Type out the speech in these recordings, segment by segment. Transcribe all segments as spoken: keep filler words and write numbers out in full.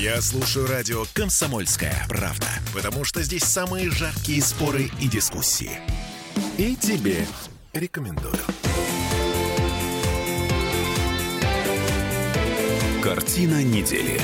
Я слушаю радио «Комсомольская правда», потому что здесь самые жаркие споры и дискуссии. И тебе рекомендую. Картина недели.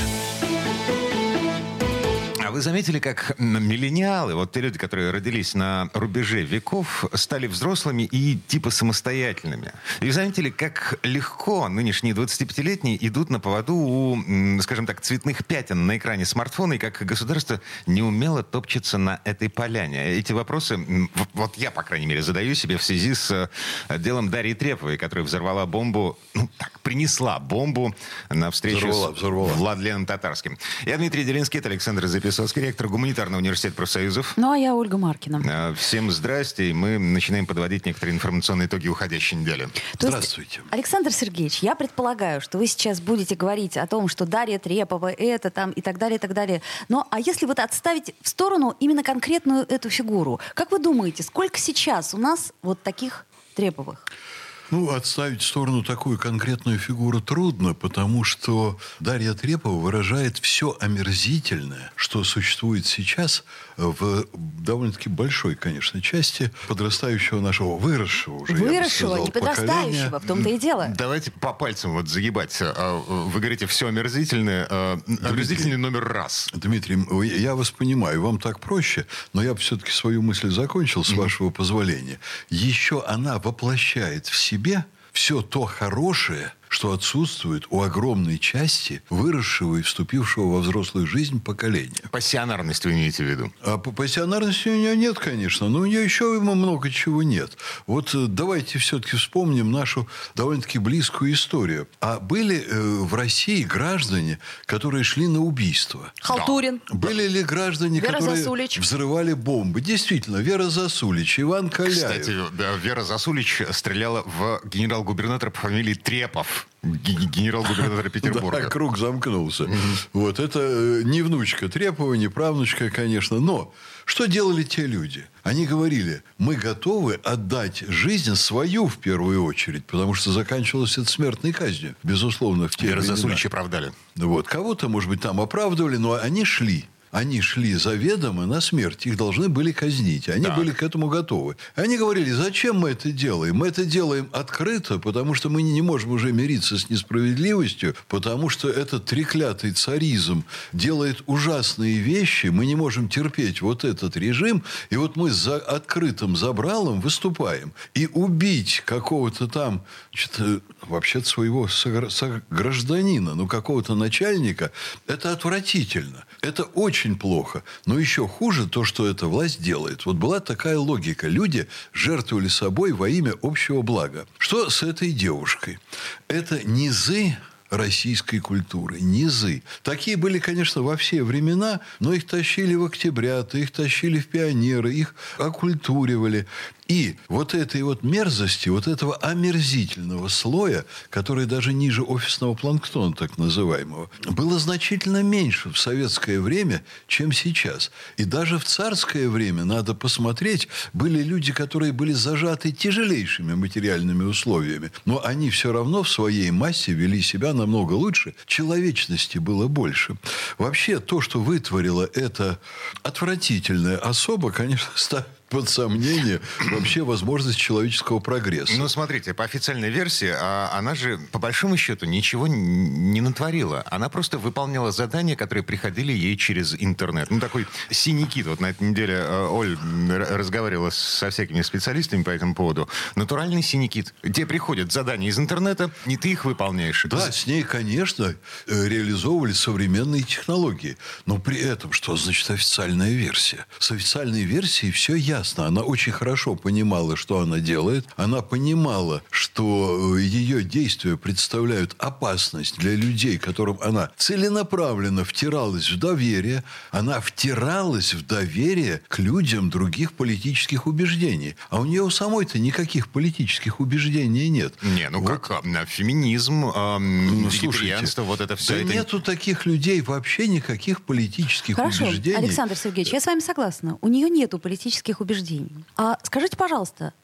А вы заметили, как миллениалы, вот те люди, которые родились на рубеже веков, стали взрослыми и типа самостоятельными? И заметили, как легко нынешние двадцатипятилетние идут на поводу у, скажем так, цветных пятен на экране смартфона, и как государство неумело топчется на этой поляне? Эти вопросы, вот я, по крайней мере, задаю себе в связи с делом Дарьи Треповой, которая взорвала бомбу, ну так, принесла бомбу на встречу взорвала, с взорвала. Владленом Татарским. Я Дмитрий Делинский, это Александр Записовский, ректор Гуманитарного университета профсоюзов. Ну, а я Ольга Маркина. Всем здрасте. И мы начинаем подводить некоторые информационные итоги уходящей недели. То Здравствуйте. Есть, Александр Сергеевич, я предполагаю, что вы сейчас будете говорить о том, что Дарья Трепова это там и так далее, и так далее. Но а если вот отставить в сторону именно конкретную эту фигуру, как вы думаете, сколько сейчас у нас вот таких Треповых? Ну, отставить в сторону такую конкретную фигуру трудно, потому что Дарья Трепова выражает все омерзительное, что существует сейчас в довольно-таки большой, конечно, части подрастающего нашего, выросшего уже, Выросшего, я бы сказал, не подрастающего, поколения. в том-то и дело. Давайте по пальцам вот загибать. Вы говорите все омерзительное. Омерзительный номер раз. Дмитрий, я вас понимаю, вам так проще, но я бы все-таки свою мысль закончил, с вашего позволения. Еще она воплощает в себе все то хорошее, что отсутствует у огромной части выросшего и вступившего во взрослую жизнь поколения. Пассионарность вы имеете в виду? А по пассионарности у нее нет, конечно, но у нее еще много чего нет. Вот давайте все-таки вспомним нашу довольно-таки близкую историю. А были э, в России граждане, которые шли на убийство? Халтурин. Были ли граждане, Вера которые Засулич. взрывали бомбы? Действительно, Вера Засулич, Иван Каляев. Кстати, Вера Засулич стреляла в генерал-губернатора по фамилии Трепов. Генерал-губернатора Петербурга. Да, круг замкнулся. Mm-hmm. Вот, это не внучка Трепова, не правнучка, конечно. Но что делали те люди? Они говорили, мы готовы отдать жизнь свою в первую очередь, потому что заканчивалось это смертной казнью. Безусловно, в те Вера времена. Засулич оправдали. Вот, кого-то, может быть, там оправдывали, но они шли. Они шли заведомо на смерть. Их должны были казнить. Они так. были к этому готовы. Они говорили, зачем мы это делаем? Мы это делаем открыто, потому что мы не можем уже мириться с несправедливостью, потому что этот треклятый царизм делает ужасные вещи. Мы не можем терпеть вот этот режим. И вот мы за открытым забралом выступаем. И убить какого-то там, вообще-то своего согражданина, ну, какого-то начальника, это отвратительно. Это очень Очень плохо. Но еще хуже то, что эта власть делает. Вот была такая логика. Люди жертвовали собой во имя общего блага. Что с этой девушкой? Это низы российской культуры. Низы. Такие были, конечно, во все времена, но их тащили в октябрята, их тащили в пионеры, их оккультуривали. И вот этой вот мерзости, вот этого омерзительного слоя, который даже ниже офисного планктона, так называемого, было значительно меньше в советское время, чем сейчас. И даже в царское время, надо посмотреть, были люди, которые были зажаты тяжелейшими материальными условиями, но они все равно в своей массе вели себя намного лучше, человечности было больше. Вообще, то, что вытворила эта отвратительная особа, конечно, ставит под сомнение вообще возможность человеческого прогресса. Ну, смотрите, по официальной версии, она же, по большому счету, ничего не натворила. Она просто выполняла задания, которые приходили ей через интернет. Ну, такой синий кит. Вот на этой неделе Оль разговаривала со всякими специалистами по этому поводу. Натуральный синий кит. Тебе приходят задания из интернета, и ты их выполняешь. Да, с ней, конечно, реализовывали современные технологии. Но при этом, что значит официальная версия? С официальной версией все ясно. Она очень хорошо понимала, что она делает. Она понимала, что ее действия представляют опасность для людей, которым она целенаправленно втиралась в доверие. Она втиралась в доверие к людям других политических убеждений. А у нее у самой-то никаких политических убеждений нет. Не, ну вот. Как? Феминизм, э, ну, вегетарианство, вот это все. Да это... нету таких людей вообще никаких политических Хорошо, убеждений. Александр Сергеевич, я с вами согласна. У нее нету политических убеждений. А скажите, пожалуйста,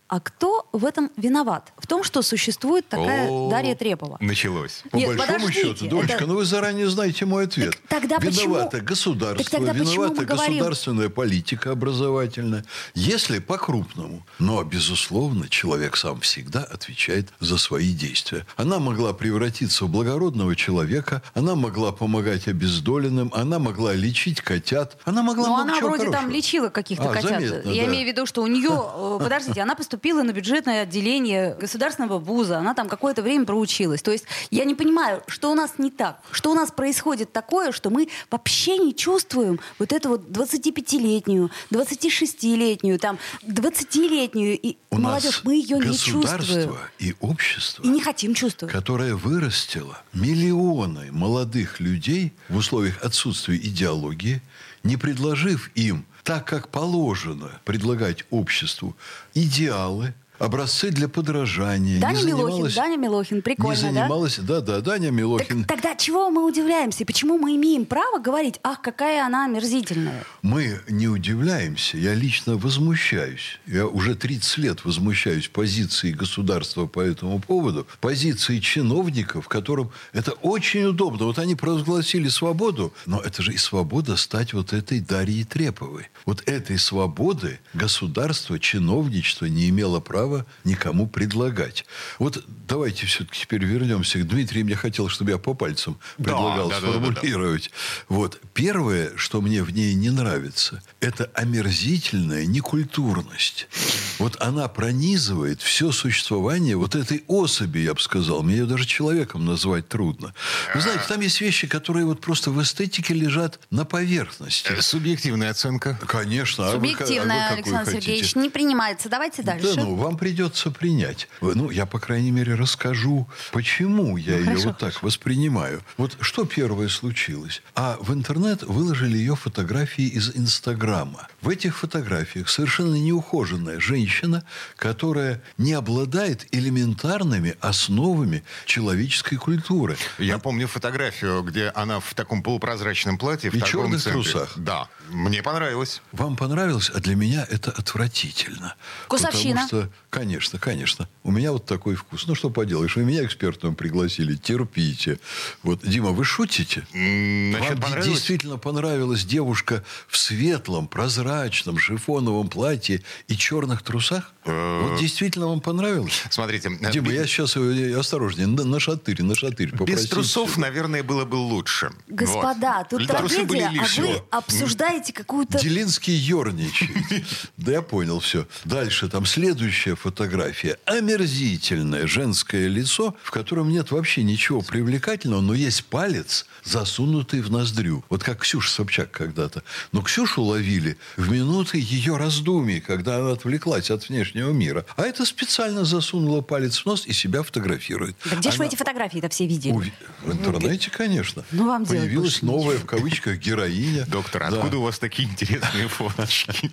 а кто в этом виноват? В том, что существует такая О, Дарья Трепова. Началось. По Нет, большому подождите, счету, Дочка, это- ну вы заранее знаете мой ответ. Так тогда почему- Виновато Так государство, тогда почему виновата мы говорим- государственная политика образовательная. Если по-крупному. Но, безусловно, человек сам всегда отвечает за свои действия. Она могла превратиться в благородного человека, она могла помогать обездоленным, она могла лечить котят, она могла Но много она чего вроде там хорошего. лечила каких-то А, котят. заметно, Я да. имею в виду, что у нее, э, подождите, она поступила на бюджетное отделение государственного вуза, она там какое-то время проучилась. То есть я не понимаю, что у нас не так, что у нас происходит такое, что мы вообще не чувствуем вот эту вот двадцатипятилетнюю, двадцатишестилетнюю, там, двадцатилетнюю и У молодежь, нас мы ее не чувствуем. государство и общество, И не хотим чувствовать. которая вырастила миллионы молодых людей в условиях отсутствия идеологии, не предложив им, так как положено предлагать обществу, идеалы, образцы для подражания. Даня не Милохин, занималась- Даня Милохин, прикольно, не да? занималась, да, да, Даня Милохин. Так, тогда чего мы удивляемся? И почему мы имеем право говорить, ах, какая она омерзительная? Мы не удивляемся, я лично возмущаюсь. Я уже тридцать лет возмущаюсь позицией государства по этому поводу, позицией чиновников, которым это очень удобно. Вот они провозгласили свободу, но это же и свобода стать вот этой Дарьей Треповой. Вот этой свободы государство, чиновничество не имело права никому предлагать. Вот давайте все-таки теперь вернемся к Дмитрию. Мне хотелось, чтобы я по пальцам предлагал да, да, да, да, да. сформулировать. Вот. Первое, что мне в ней не нравится, это омерзительная некультурность. Вот она пронизывает все существование вот этой особи, я бы сказал. Мне ее даже человеком назвать трудно. Вы знаете, там есть вещи, которые вот просто в эстетике лежат на поверхности. Э, Субъективная оценка. Конечно. А вы ка- а вы Субъективная, какую Александр хотите? Сергеевич, не принимается. Давайте дальше. Да, ну, вам придется принять. Ну, я, по крайней мере, расскажу, почему я Ну, ее хорошо, вот так воспринимаю. Вот что первое случилось? А в интернет выложили ее фотографии из Инстаграма. В этих фотографиях совершенно неухоженная женщина, которая не обладает элементарными основами человеческой культуры. Я помню фотографию, где она в таком полупрозрачном платье. И в торговом черных центре. трусах. Да, мне понравилось. Вам понравилось, а для меня это отвратительно. Вкусовщина. Потому что, конечно, конечно, у меня вот такой вкус. Ну, что поделаешь, вы меня экспертом пригласили, терпите. Вот, Дима, вы шутите? М, Насчет Вам понравилось? действительно понравилась девушка в светлом, прозрачном, шифоновом платье и черных трусах? Вот действительно вам понравилось? Смотрите. э, Дима, я сейчас э, осторожнее, на, на шатырь, на шатырь. Без попросите. трусов, наверное, было бы лучше. Господа, Вот. тут Трусы были трагедия, а лишние. вы обсуждаете какую-то... Делинский ерничает. Да, я понял все. Дальше там следующая фотография. Омерзительное женское лицо, в котором нет вообще ничего привлекательного, но есть палец, засунутый в ноздрю. Вот как Ксюша Собчак когда-то. Но Ксюшу ловили в минуты ее раздумий, когда она отвлеклась от внешнего мира. А это специально засунула палец в нос и себя фотографирует. Да где же вы Она- эти фотографии-то все видели? Уви- В интернете, конечно. Ну, вам делать Появилась больше новая, в кавычках, героиня. Доктор, Да. откуда у вас такие интересные фоточки?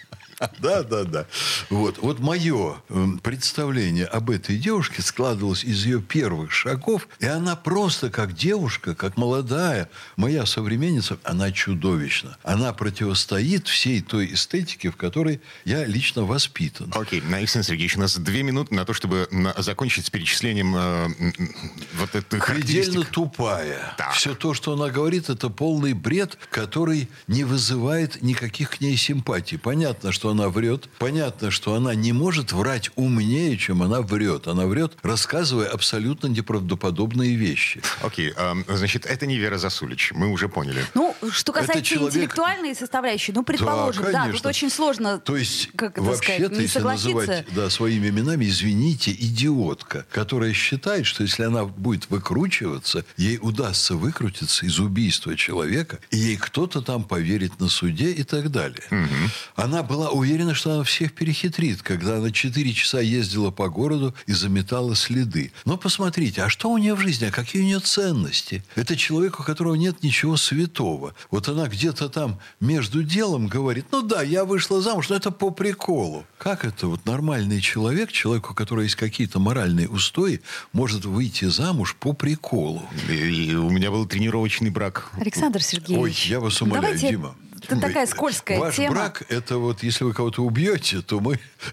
Да, да, да. Вот, вот мое эм, представление об этой девушке складывалось из ее первых шагов, и она просто как девушка, как молодая, моя современница, она чудовищна. Она противостоит всей той эстетике, в которой я лично воспитан. Окей, Александр Сергеевич, у нас две минуты на то, чтобы на- закончить с перечислением э, м, м, вот этих Предельно характеристик. тупая. Так. Все то, что она говорит, это полный бред, который не вызывает никаких к ней симпатий. Понятно, что она врет. Понятно, что она не может врать умнее, чем она врет. Она врет, рассказывая абсолютно неправдоподобные вещи. Окей, эм, значит, это не Вера Засулич, мы уже поняли. Ну, что касается человек- интеллектуальной составляющей, ну, предположим, да, тут конечно. очень сложно, То есть, как это сказать, вообще-то, не если согласиться. называть да, своими именами, извините, идиотка, которая считает, что если она будет выкручиваться, ей удастся выкрутиться из убийства человека, и ей кто-то там поверит на суде и так далее. Она была уверена, что она всех перехитрит, когда она четыре часа ездила по городу и заметала следы. Но посмотрите, а что у нее в жизни, а какие у нее ценности? Это человек, у которого нет ничего святого. Вот она где-то там между делом говорит, ну да, я вышла замуж, но это по приколу. Как это вот нормальный человек, человек, у которого есть какие-то моральные устои, может выйти замуж по приколу? И- и у меня был тренировочный брак. Александр Сергеевич, Ой, я вас умоляю, давайте, Дима. это такая скользкая Ваш тема. брак, это вот, если вы кого-то убьете, то мы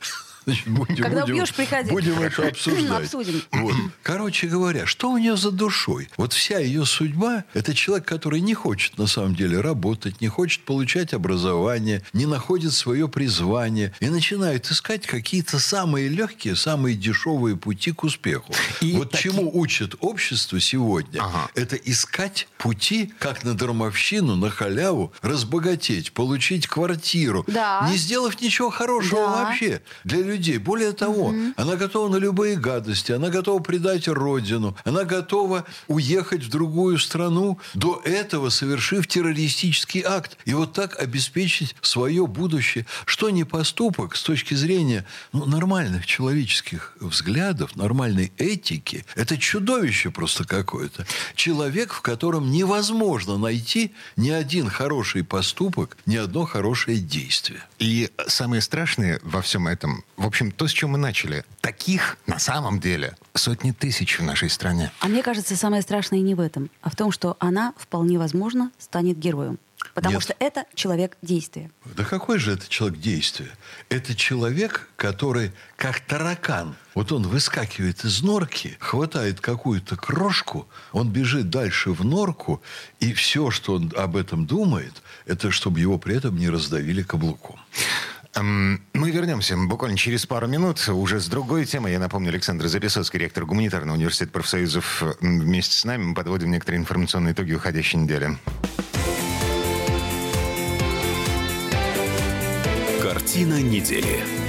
Значит, будем, Когда будем, убьешь, приходи. Будем это обсуждать. Обсудим. Вот. Короче говоря, что у нее за душой? Вот вся ее судьба – это человек, который не хочет на самом деле работать, не хочет получать образование, не находит свое призвание и начинает искать какие-то самые легкие, самые дешевые пути к успеху. И вот таки... чему учит общество сегодня, ага. это искать пути, как на дармовщину, на халяву, разбогатеть, получить квартиру, да. не сделав ничего хорошего да. вообще для людей. Более того, угу. она готова на любые гадости, она готова предать родину, она готова уехать в другую страну, до этого совершив террористический акт. И вот так обеспечить свое будущее. Что не поступок с точки зрения ну, нормальных человеческих взглядов, нормальной этики, это чудовище просто какое-то. Человек, в котором невозможно найти ни один хороший поступок, ни одно хорошее действие. И самое страшное во всем этом, в общем, то, с чем мы начали, таких на самом деле сотни тысяч в нашей стране. А мне кажется, самое страшное не в этом, а в том, что она, вполне возможно, станет героем. Потому Нет. что это человек действия. Да какой же это человек действия? Это человек, который как таракан. Вот он выскакивает из норки, хватает какую-то крошку, он бежит дальше в норку, и все, что он об этом думает, это чтобы его при этом не раздавили каблуком. Мы вернемся буквально через пару минут уже с другой темой. Я напомню, Александр Записоцкий, ректор гуманитарного университета профсоюзов, вместе с нами. Мы подводим некоторые информационные итоги уходящей недели. Картина недели.